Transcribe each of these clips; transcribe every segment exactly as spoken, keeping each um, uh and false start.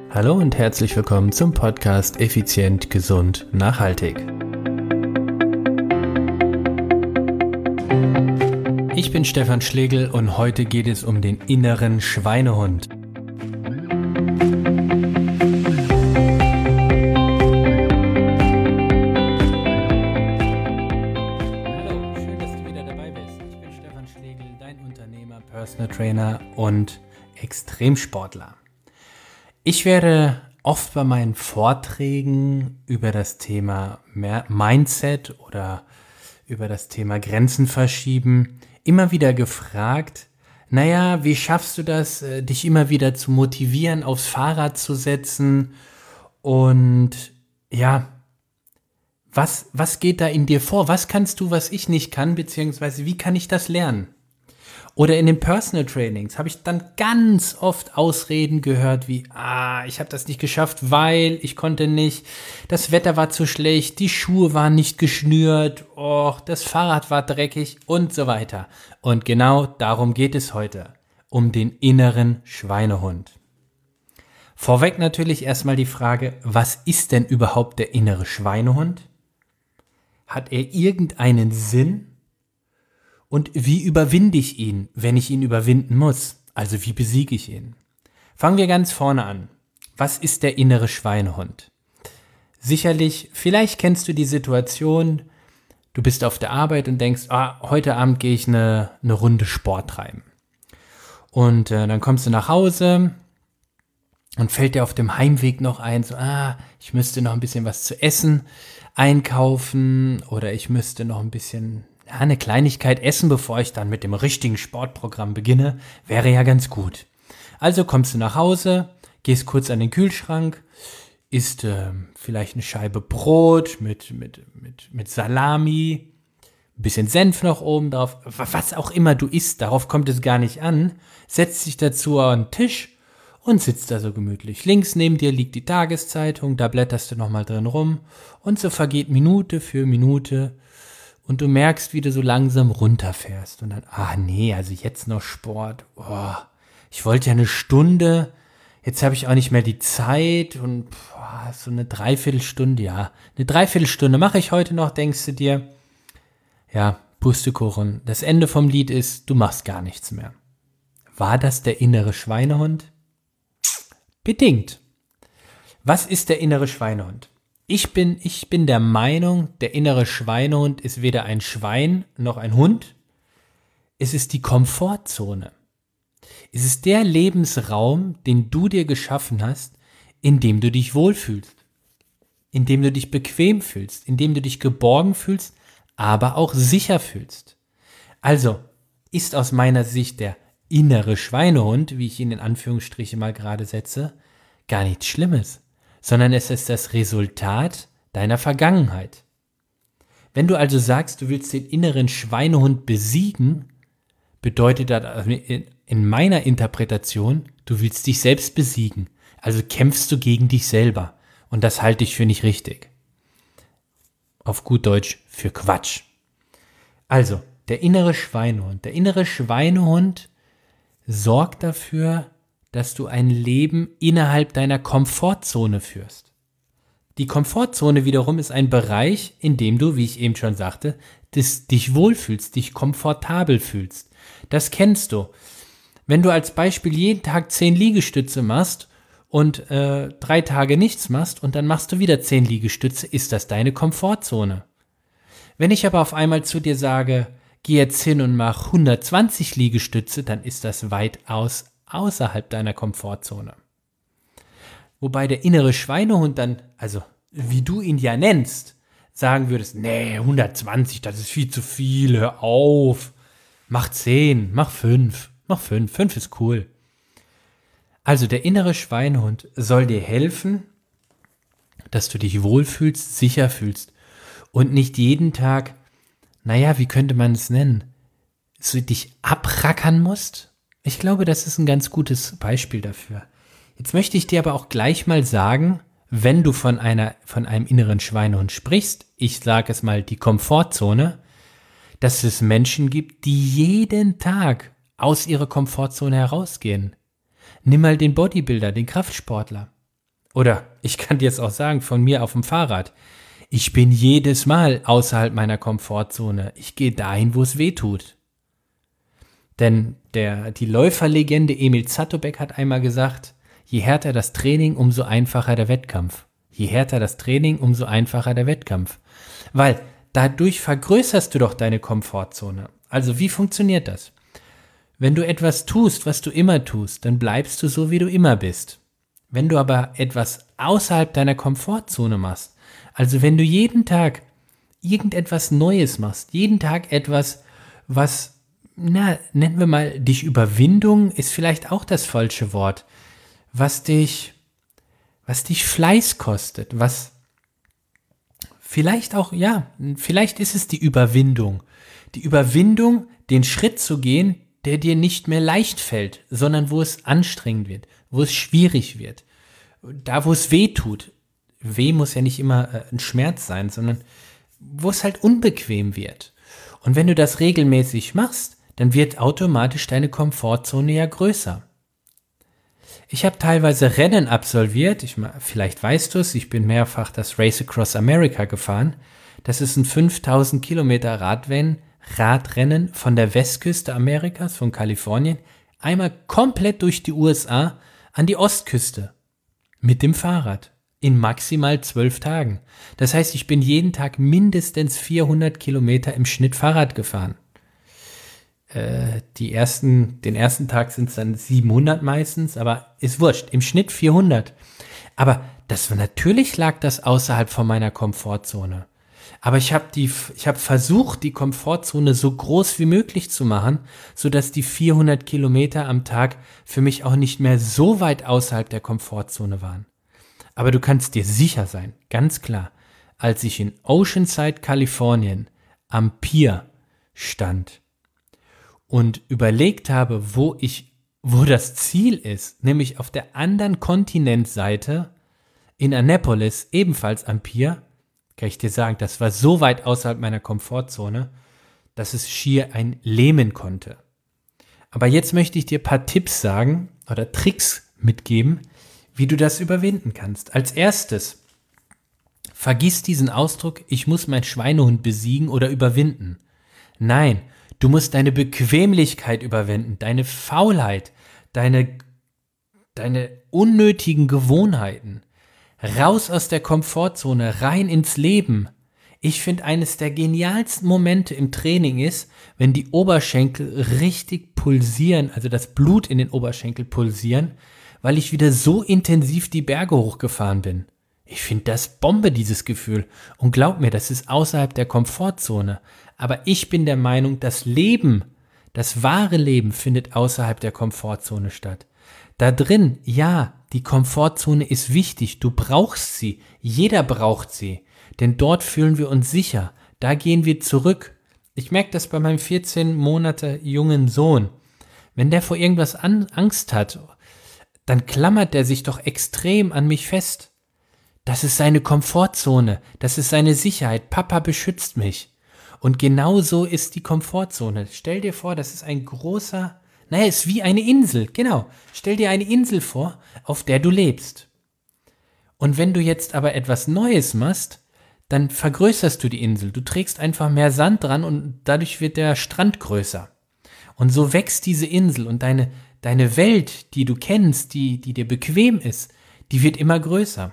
Hallo und herzlich willkommen zum Podcast Effizient, Gesund, Nachhaltig. Ich bin Stefan Schlegel und heute geht es um den inneren Schweinehund. Hallo, schön, dass du wieder dabei bist. Ich bin Stefan Schlegel, dein Unternehmer, Personal Trainer und Extremsportler. Ich werde oft bei meinen Vorträgen über das Thema Mindset oder über das Thema Grenzen verschieben immer wieder gefragt, naja, wie schaffst du das, dich immer wieder zu motivieren, aufs Fahrrad zu setzen und ja, was, was geht da in dir vor? Was kannst du, was ich nicht kann, beziehungsweise wie kann ich das lernen? Oder in den Personal Trainings habe ich dann ganz oft Ausreden gehört wie, ah, ich habe das nicht geschafft, weil ich konnte nicht, das Wetter war zu schlecht, die Schuhe waren nicht geschnürt, oh, das Fahrrad war dreckig und so weiter. Und genau darum geht es heute, um den inneren Schweinehund. Vorweg natürlich erstmal die Frage, was ist denn überhaupt der innere Schweinehund? Hat er irgendeinen Sinn? Und wie überwinde ich ihn, wenn ich ihn überwinden muss? Also wie besiege ich ihn? Fangen wir ganz vorne an. Was ist der innere Schweinehund? Sicherlich, vielleicht kennst du die Situation, du bist auf der Arbeit und denkst, ah, heute Abend gehe ich eine, eine Runde Sport treiben. Und äh, dann kommst du nach Hause und fällt dir auf dem Heimweg noch ein, so, ah, ich müsste noch ein bisschen was zu essen einkaufen oder ich müsste noch ein bisschen... Ja, eine Kleinigkeit essen, bevor ich dann mit dem richtigen Sportprogramm beginne, wäre ja ganz gut. Also kommst du nach Hause, gehst kurz an den Kühlschrank, isst äh, vielleicht eine Scheibe Brot mit, mit, mit, mit Salami, ein bisschen Senf noch oben drauf, was auch immer du isst, darauf kommt es gar nicht an, setzt dich dazu an den Tisch und sitzt da so gemütlich. Links neben dir liegt die Tageszeitung, da blätterst du nochmal drin rum und so vergeht Minute für Minute. Und du merkst, wie du so langsam runterfährst. Und dann, ah nee, also jetzt noch Sport. Oh, ich wollte ja eine Stunde, jetzt habe ich auch nicht mehr die Zeit. Und boah, so eine Dreiviertelstunde, ja. Eine Dreiviertelstunde mache ich heute noch, denkst du dir. Ja, Pustekuchen. Das Ende vom Lied ist, du machst gar nichts mehr. War das der innere Schweinehund? Bedingt. Was ist der innere Schweinehund? Ich bin, ich bin der Meinung, der innere Schweinehund ist weder ein Schwein noch ein Hund. Es ist die Komfortzone. Es ist der Lebensraum, den du dir geschaffen hast, in dem du dich wohlfühlst, in dem du dich bequem fühlst, in dem du dich geborgen fühlst, aber auch sicher fühlst. Also ist aus meiner Sicht der innere Schweinehund, wie ich ihn in Anführungsstriche mal gerade setze, gar nichts Schlimmes, sondern es ist das Resultat deiner Vergangenheit. Wenn du also sagst, du willst den inneren Schweinehund besiegen, bedeutet das in meiner Interpretation, du willst dich selbst besiegen. Also kämpfst du gegen dich selber. Und das halte ich für nicht richtig. Auf gut Deutsch für Quatsch. Also, der innere Schweinehund. Der innere Schweinehund sorgt dafür, dass du ein Leben innerhalb deiner Komfortzone führst. Die Komfortzone wiederum ist ein Bereich, in dem du, wie ich eben schon sagte, das, dich wohlfühlst, dich komfortabel fühlst. Das kennst du. Wenn du als Beispiel jeden Tag zehn Liegestütze machst und äh, drei Tage nichts machst und dann machst du wieder zehn Liegestütze, ist das deine Komfortzone. Wenn ich aber auf einmal zu dir sage, geh jetzt hin und mach hundertzwanzig Liegestütze, dann ist das weitaus außerhalb deiner Komfortzone. Wobei der innere Schweinehund dann, also wie du ihn ja nennst, sagen würdest, nee, hundertzwanzig, das ist viel zu viel, hör auf, mach zehn, mach fünf, mach fünf, fünf ist cool. Also der innere Schweinehund soll dir helfen, dass du dich wohlfühlst, sicher fühlst und nicht jeden Tag, naja, wie könnte man es nennen, so dich abrackern musst. Ich glaube, das ist ein ganz gutes Beispiel dafür. Jetzt möchte ich dir aber auch gleich mal sagen, wenn du von einer, von einem inneren Schweinehund sprichst, ich sage es mal die Komfortzone, dass es Menschen gibt, die jeden Tag aus ihrer Komfortzone herausgehen. Nimm mal den Bodybuilder, den Kraftsportler. Oder ich kann dir jetzt auch sagen, von mir auf dem Fahrrad. Ich bin jedes Mal außerhalb meiner Komfortzone. Ich gehe dahin, wo es weh tut. Denn der, die Läuferlegende Emil Zatopek hat einmal gesagt, je härter das Training, umso einfacher der Wettkampf. Je härter das Training, umso einfacher der Wettkampf. Weil dadurch vergrößerst du doch deine Komfortzone. Also wie funktioniert das? Wenn du etwas tust, was du immer tust, dann bleibst du so, wie du immer bist. Wenn du aber etwas außerhalb deiner Komfortzone machst, also wenn du jeden Tag irgendetwas Neues machst, jeden Tag etwas, was, na, nennen wir mal, dich Überwindung ist vielleicht auch das falsche Wort, was dich, was dich Fleiß kostet, was vielleicht auch, ja, vielleicht ist es die Überwindung. Die Überwindung, den Schritt zu gehen, der dir nicht mehr leicht fällt, sondern wo es anstrengend wird, wo es schwierig wird, da wo es weh tut. Weh muss ja nicht immer äh, ein Schmerz sein, sondern wo es halt unbequem wird. Und wenn du das regelmäßig machst, dann wird automatisch deine Komfortzone ja größer. Ich habe teilweise Rennen absolviert, ich, vielleicht weißt du es, ich bin mehrfach das Race Across America gefahren. Das ist ein fünftausend Kilometer Radrennen, Radrennen von der Westküste Amerikas, von Kalifornien, einmal komplett durch die U S A an die Ostküste mit dem Fahrrad in maximal zwölf Tagen. Das heißt, ich bin jeden Tag mindestens vierhundert Kilometer im Schnitt Fahrrad gefahren. Äh, die ersten, den ersten Tag sind es dann siebenhundert meistens, aber ist wurscht, im Schnitt vierhundert. Aber das natürlich lag das außerhalb von meiner Komfortzone. Aber ich habe die, ich habe versucht, die Komfortzone so groß wie möglich zu machen, sodass die vierhundert Kilometer am Tag für mich auch nicht mehr so weit außerhalb der Komfortzone waren. Aber du kannst dir sicher sein, ganz klar, als ich in Oceanside, Kalifornien, am Pier stand und überlegt habe, wo ich, wo das Ziel ist, nämlich auf der anderen Kontinentseite in Annapolis, ebenfalls am Pier, kann ich dir sagen, das war so weit außerhalb meiner Komfortzone, dass es schier ein lähmen konnte. Aber jetzt möchte ich dir ein paar Tipps sagen oder Tricks mitgeben, wie du das überwinden kannst. Als erstes, vergiss diesen Ausdruck, ich muss meinen Schweinehund besiegen oder überwinden. Nein, du musst deine Bequemlichkeit überwinden, deine Faulheit, deine, deine unnötigen Gewohnheiten. Raus aus der Komfortzone, rein ins Leben. Ich finde, eines der genialsten Momente im Training ist, wenn die Oberschenkel richtig pulsieren, also das Blut in den Oberschenkel pulsieren, weil ich wieder so intensiv die Berge hochgefahren bin. Ich finde das Bombe, dieses Gefühl. Und glaub mir, das ist außerhalb der Komfortzone. Aber ich bin der Meinung, das Leben, das wahre Leben findet außerhalb der Komfortzone statt. Da drin, ja, die Komfortzone ist wichtig, du brauchst sie, jeder braucht sie, denn dort fühlen wir uns sicher, da gehen wir zurück. Ich merke das bei meinem vierzehn Monate jungen Sohn. Wenn der vor irgendwas an, Angst hat, dann klammert er sich doch extrem an mich fest. Das ist seine Komfortzone, das ist seine Sicherheit, Papa beschützt mich. Und genau so ist die Komfortzone. Stell dir vor, das ist ein großer Naja, es ist wie eine Insel, genau. Stell dir eine Insel vor, auf der du lebst. Und wenn du jetzt aber etwas Neues machst, dann vergrößerst du die Insel. Du trägst einfach mehr Sand dran und dadurch wird der Strand größer. Und so wächst diese Insel und deine, deine Welt, die du kennst, die, die dir bequem ist, die wird immer größer.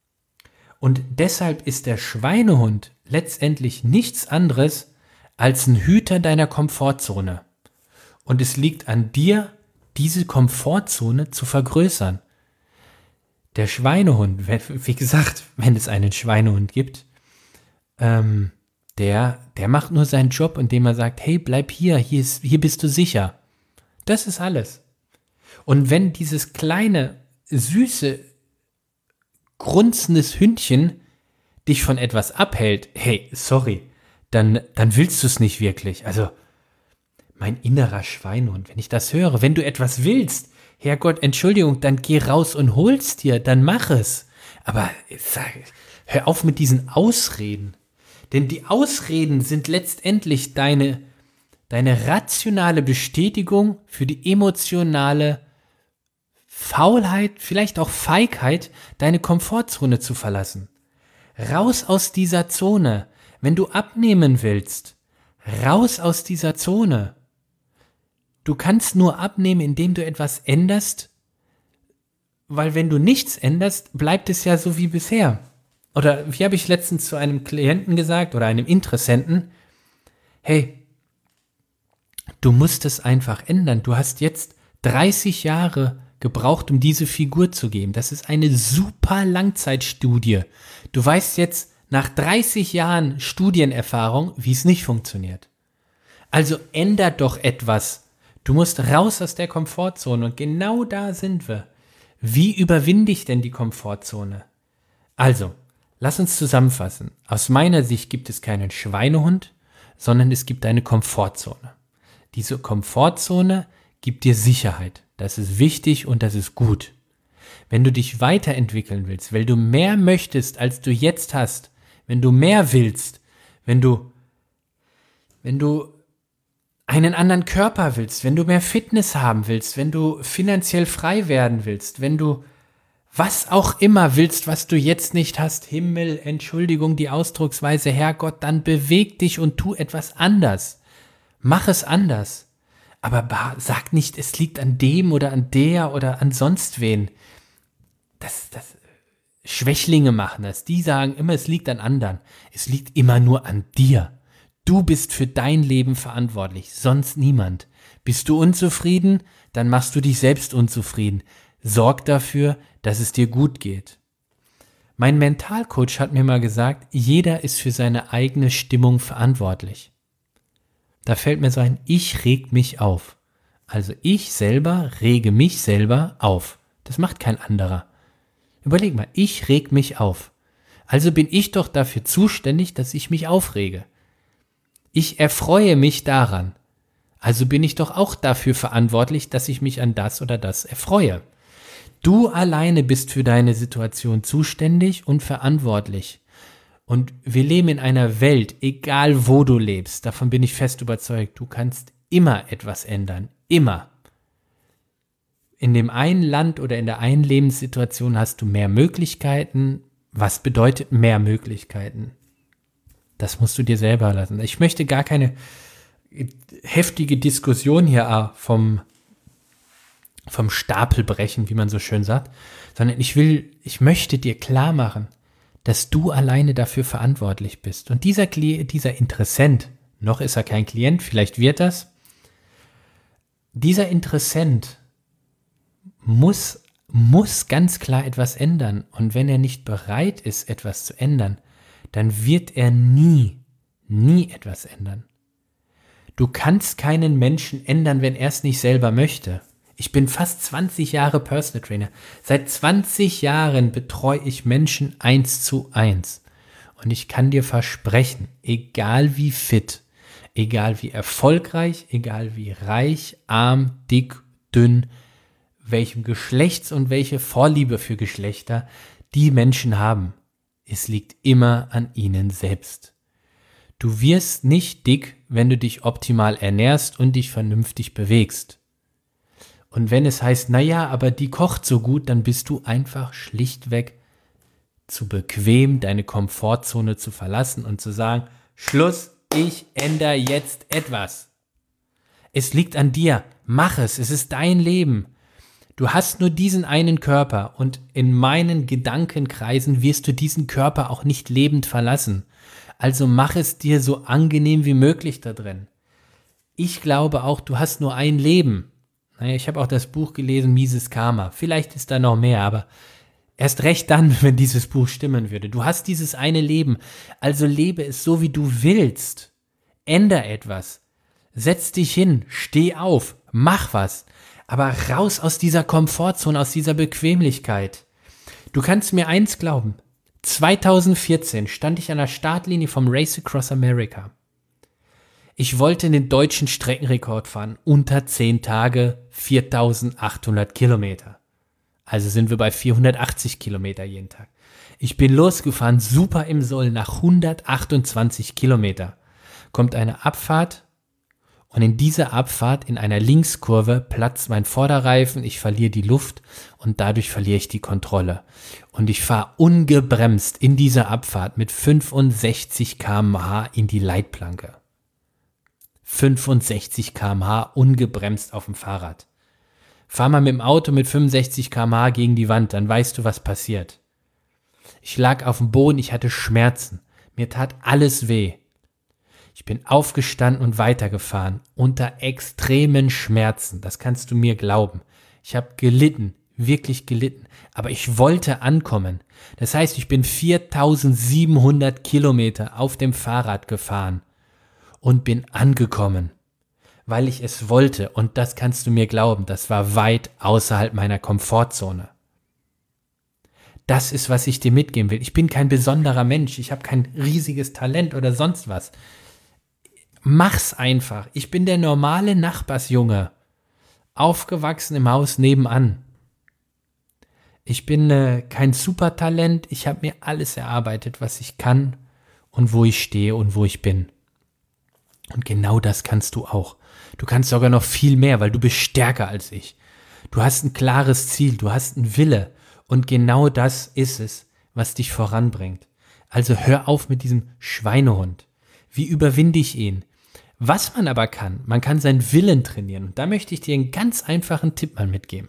Und deshalb ist der Schweinehund letztendlich nichts anderes als ein Hüter deiner Komfortzone. Und es liegt an dir, diese Komfortzone zu vergrößern. Der Schweinehund, wie gesagt, wenn es einen Schweinehund gibt, ähm, der, der macht nur seinen Job, indem er sagt, hey, bleib hier, hier, ist, hier bist du sicher. Das ist alles. Und wenn dieses kleine, süße, grunzendes Hündchen dich von etwas abhält, hey, sorry, dann, dann willst du es nicht wirklich. Also, mein innerer Schweinehund, wenn ich das höre, wenn du etwas willst, Herrgott, Entschuldigung, dann geh raus und hol's dir, dann mach es. Aber sag, hör auf mit diesen Ausreden. Denn die Ausreden sind letztendlich deine, deine rationale Bestätigung für die emotionale Faulheit, vielleicht auch Feigheit, deine Komfortzone zu verlassen. Raus aus dieser Zone. Wenn du abnehmen willst, raus aus dieser Zone. Du kannst nur abnehmen, indem du etwas änderst, weil wenn du nichts änderst, bleibt es ja so wie bisher. Oder wie habe ich letztens zu einem Klienten gesagt oder einem Interessenten, hey, du musst es einfach ändern. Du hast jetzt dreißig Jahre gebraucht, um diese Figur zu geben. Das ist eine super Langzeitstudie. Du weißt jetzt nach dreißig Jahren Studienerfahrung, wie es nicht funktioniert. Also änder doch etwas. Du musst raus aus der Komfortzone und genau da sind wir. Wie überwinde ich denn die Komfortzone? Also, lass uns zusammenfassen. Aus meiner Sicht gibt es keinen Schweinehund, sondern es gibt eine Komfortzone. Diese Komfortzone gibt dir Sicherheit. Das ist wichtig und das ist gut. Wenn du dich weiterentwickeln willst, weil du mehr möchtest, als du jetzt hast, wenn du mehr willst, wenn du, wenn du einen anderen Körper willst, wenn du mehr Fitness haben willst, wenn du finanziell frei werden willst, wenn du was auch immer willst, was du jetzt nicht hast, Himmel, Entschuldigung, die Ausdrucksweise, Herrgott, dann beweg dich und tu etwas anders. Mach es anders. Aber bah, sag nicht, es liegt an dem oder an der oder an sonst wen. Das, das, Schwächlinge machen das. Die sagen immer, es liegt an anderen. Es liegt immer nur an dir. Du bist für dein Leben verantwortlich, sonst niemand. Bist du unzufrieden, dann machst du dich selbst unzufrieden. Sorg dafür, dass es dir gut geht. Mein Mentalcoach hat mir mal gesagt, jeder ist für seine eigene Stimmung verantwortlich. Da fällt mir so ein, ich reg mich auf. Also ich selber rege mich selber auf. Das macht kein anderer. Überleg mal, ich reg mich auf. Also bin ich doch dafür zuständig, dass ich mich aufrege. Ich erfreue mich daran. Also bin ich doch auch dafür verantwortlich, dass ich mich an das oder das erfreue. Du alleine bist für deine Situation zuständig und verantwortlich. Und wir leben in einer Welt, egal wo du lebst, davon bin ich fest überzeugt, du kannst immer etwas ändern. Immer. In dem einen Land oder in der einen Lebenssituation hast du mehr Möglichkeiten. Was bedeutet mehr Möglichkeiten? Das musst du dir selber lassen. Ich möchte gar keine heftige Diskussion hier vom, vom Stapel brechen, wie man so schön sagt, sondern ich will, ich möchte dir klar machen, dass du alleine dafür verantwortlich bist. Und dieser, dieser Interessent, noch ist er kein Klient, vielleicht wird das, dieser Interessent muss, muss ganz klar etwas ändern. Und wenn er nicht bereit ist, etwas zu ändern, dann wird er nie, nie etwas ändern. Du kannst keinen Menschen ändern, wenn er es nicht selber möchte. Ich bin fast zwanzig Jahre Personal Trainer. Seit zwanzig Jahren betreue ich Menschen eins zu eins. Und ich kann dir versprechen, egal wie fit, egal wie erfolgreich, egal wie reich, arm, dick, dünn, welchem Geschlechts- und welche Vorliebe für Geschlechter die Menschen haben, es liegt immer an ihnen selbst. Du wirst nicht dick, wenn du dich optimal ernährst und dich vernünftig bewegst. Und wenn es heißt, naja, aber die kocht so gut, dann bist du einfach schlichtweg zu bequem, deine Komfortzone zu verlassen und zu sagen, Schluss, ich ändere jetzt etwas. Es liegt an dir, mach es, es ist dein Leben. Du hast nur diesen einen Körper und in meinen Gedankenkreisen wirst du diesen Körper auch nicht lebend verlassen. Also mach es dir so angenehm wie möglich da drin. Ich glaube auch, du hast nur ein Leben. Naja, ich habe auch das Buch gelesen, Mises Karma. Vielleicht ist da noch mehr, aber erst recht dann, wenn dieses Buch stimmen würde. Du hast dieses eine Leben, also lebe es so, wie du willst. Änder etwas. Setz dich hin, steh auf, mach was. Aber raus aus dieser Komfortzone, aus dieser Bequemlichkeit. Du kannst mir eins glauben. zweitausendvierzehn stand ich an der Startlinie vom Race Across America. Ich wollte den deutschen Streckenrekord fahren. Unter zehn Tage, viertausendachthundert Kilometer. Also sind wir bei vierhundertachtzig Kilometer jeden Tag. Ich bin losgefahren, super im Soll, nach hundertachtundzwanzig Kilometer. Kommt eine Abfahrt Und in dieser Abfahrt, in einer Linkskurve, platzt mein Vorderreifen, ich verliere die Luft und dadurch verliere ich die Kontrolle. Und ich fahre ungebremst in dieser Abfahrt mit fünfundsechzig Kilometer pro Stunde in die Leitplanke. fünfundsechzig Kilometer pro Stunde ungebremst auf dem Fahrrad. Fahr mal mit dem Auto mit fünfundsechzig Kilometer pro Stunde gegen die Wand, dann weißt du, was passiert. Ich lag auf dem Boden, ich hatte Schmerzen. Mir tat alles weh. Ich bin aufgestanden und weitergefahren, unter extremen Schmerzen, das kannst du mir glauben. Ich habe gelitten, wirklich gelitten, aber ich wollte ankommen. Das heißt, ich bin viertausendsiebenhundert Kilometer auf dem Fahrrad gefahren und bin angekommen, weil ich es wollte, und das kannst du mir glauben, das war weit außerhalb meiner Komfortzone. Das ist, was ich dir mitgeben will. Ich bin kein besonderer Mensch, ich habe kein riesiges Talent oder sonst was. Mach's einfach. Ich bin der normale Nachbarsjunge, aufgewachsen im Haus nebenan. Ich bin äh, kein Supertalent, ich habe mir alles erarbeitet, was ich kann und wo ich stehe und wo ich bin. Und genau das kannst du auch. Du kannst sogar noch viel mehr, weil du bist stärker als ich. Du hast ein klares Ziel, du hast einen Wille und genau das ist es, was dich voranbringt. Also hör auf mit diesem Schweinehund. Wie überwinde ich ihn? Was man aber kann, man kann seinen Willen trainieren. Und da möchte ich dir einen ganz einfachen Tipp mal mitgeben.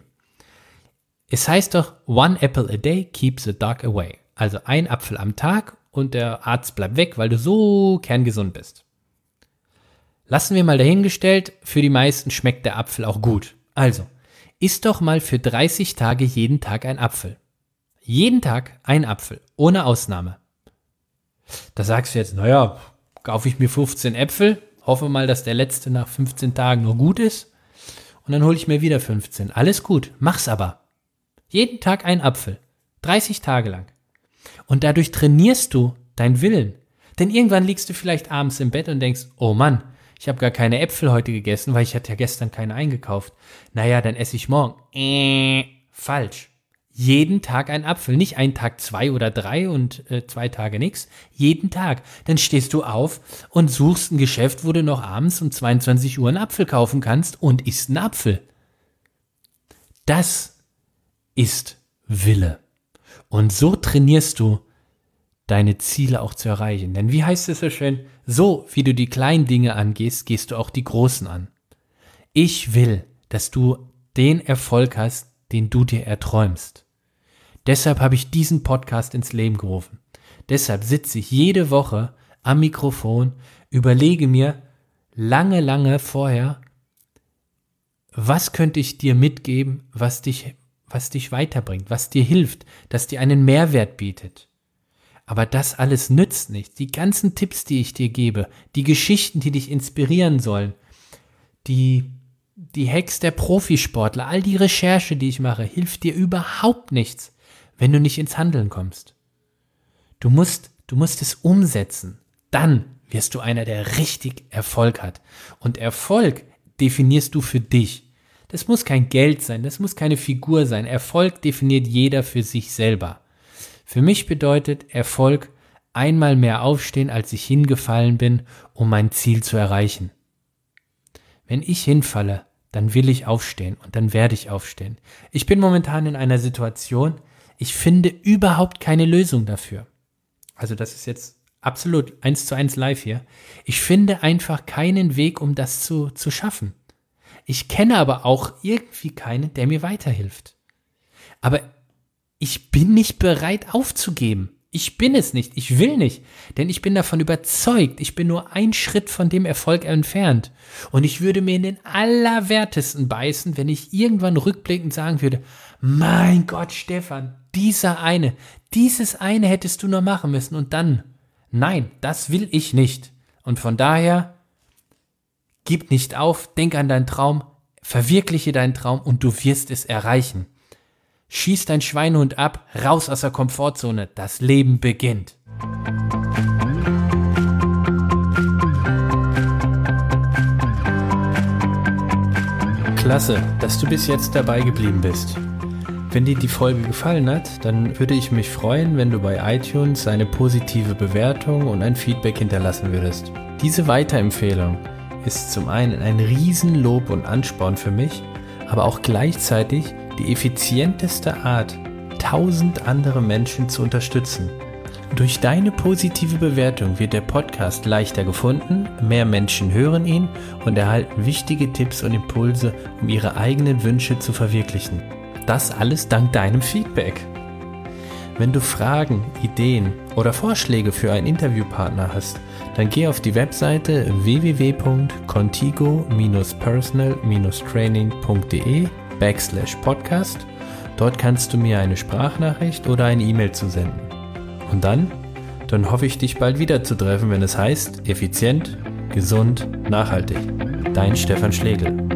Es heißt doch, one apple a day keeps the dog away. Also ein Apfel am Tag und der Arzt bleibt weg, weil du so kerngesund bist. Lassen wir mal dahingestellt, für die meisten schmeckt der Apfel auch gut. Also, iss doch mal für dreißig Tage jeden Tag ein Apfel. Jeden Tag ein Apfel, ohne Ausnahme. Da sagst du jetzt, naja, kaufe ich mir fünfzehn Äpfel, hoffe mal, dass der letzte nach fünfzehn Tagen noch gut ist und dann hole ich mir wieder fünfzehn. Alles gut, mach's aber. Jeden Tag ein Apfel, dreißig Tage lang. Und dadurch trainierst du deinen Willen. Denn irgendwann liegst du vielleicht abends im Bett und denkst, oh Mann, ich habe gar keine Äpfel heute gegessen, weil ich hatte ja gestern keine eingekauft. Naja, dann esse ich morgen. Äh, falsch. Jeden Tag ein Apfel, nicht einen Tag zwei oder drei und äh, zwei Tage nix. Jeden Tag. Dann stehst du auf und suchst ein Geschäft, wo du noch abends um zweiundzwanzig Uhr einen Apfel kaufen kannst und isst einen Apfel. Das ist Wille. Und so trainierst du, deine Ziele auch zu erreichen. Denn wie heißt es so schön, so wie du die kleinen Dinge angehst, gehst du auch die großen an. Ich will, dass du den Erfolg hast, den du dir erträumst. Deshalb habe ich diesen Podcast ins Leben gerufen. Deshalb sitze ich jede Woche am Mikrofon, überlege mir lange, lange vorher, was könnte ich dir mitgeben, was dich, was dich weiterbringt, was dir hilft, das dir einen Mehrwert bietet. Aber das alles nützt nichts. Die ganzen Tipps, die ich dir gebe, die Geschichten, die dich inspirieren sollen, die, die Hacks der Profisportler, all die Recherche, die ich mache, hilft dir überhaupt nichts, wenn du nicht ins Handeln kommst. Du musst, du musst es umsetzen. Dann wirst du einer, der richtig Erfolg hat. Und Erfolg definierst du für dich. Das muss kein Geld sein, das muss keine Figur sein. Erfolg definiert jeder für sich selber. Für mich bedeutet Erfolg einmal mehr aufstehen, als ich hingefallen bin, um mein Ziel zu erreichen. Wenn ich hinfalle, dann will ich aufstehen und dann werde ich aufstehen. Ich bin momentan in einer Situation, ich finde überhaupt keine Lösung dafür. Also das ist jetzt absolut eins zu eins live hier. Ich finde einfach keinen Weg, um das zu, zu schaffen. Ich kenne aber auch irgendwie keinen, der mir weiterhilft. Aber ich bin nicht bereit aufzugeben. Ich bin es nicht, ich will nicht, denn ich bin davon überzeugt, ich bin nur ein Schritt von dem Erfolg entfernt. Und ich würde mir in den Allerwertesten beißen, wenn ich irgendwann rückblickend sagen würde, mein Gott, Stefan, dieser eine, dieses eine hättest du noch machen müssen und dann, nein, das will ich nicht. Und von daher, gib nicht auf, denk an deinen Traum, verwirkliche deinen Traum und du wirst es erreichen. Schieß dein Schweinehund ab, raus aus der Komfortzone, das Leben beginnt. Klasse, dass du bis jetzt dabei geblieben bist. Wenn dir die Folge gefallen hat, dann würde ich mich freuen, wenn du bei iTunes eine positive Bewertung und ein Feedback hinterlassen würdest. Diese Weiterempfehlung ist zum einen ein Riesenlob und Ansporn für mich, aber auch gleichzeitig die effizienteste Art, tausend andere Menschen zu unterstützen. Durch deine positive Bewertung wird der Podcast leichter gefunden, mehr Menschen hören ihn und erhalten wichtige Tipps und Impulse, um ihre eigenen Wünsche zu verwirklichen. Das alles dank deinem Feedback. Wenn du Fragen, Ideen oder Vorschläge für einen Interviewpartner hast, dann geh auf die Webseite w w w punkt contigo dash personal dash training punkt de backslash podcast. Dort kannst du mir eine Sprachnachricht oder eine E-Mail zusenden. Und dann, dann hoffe ich, dich bald wieder zu treffen, wenn es heißt, effizient, gesund, nachhaltig. Dein Stefan Schlegel.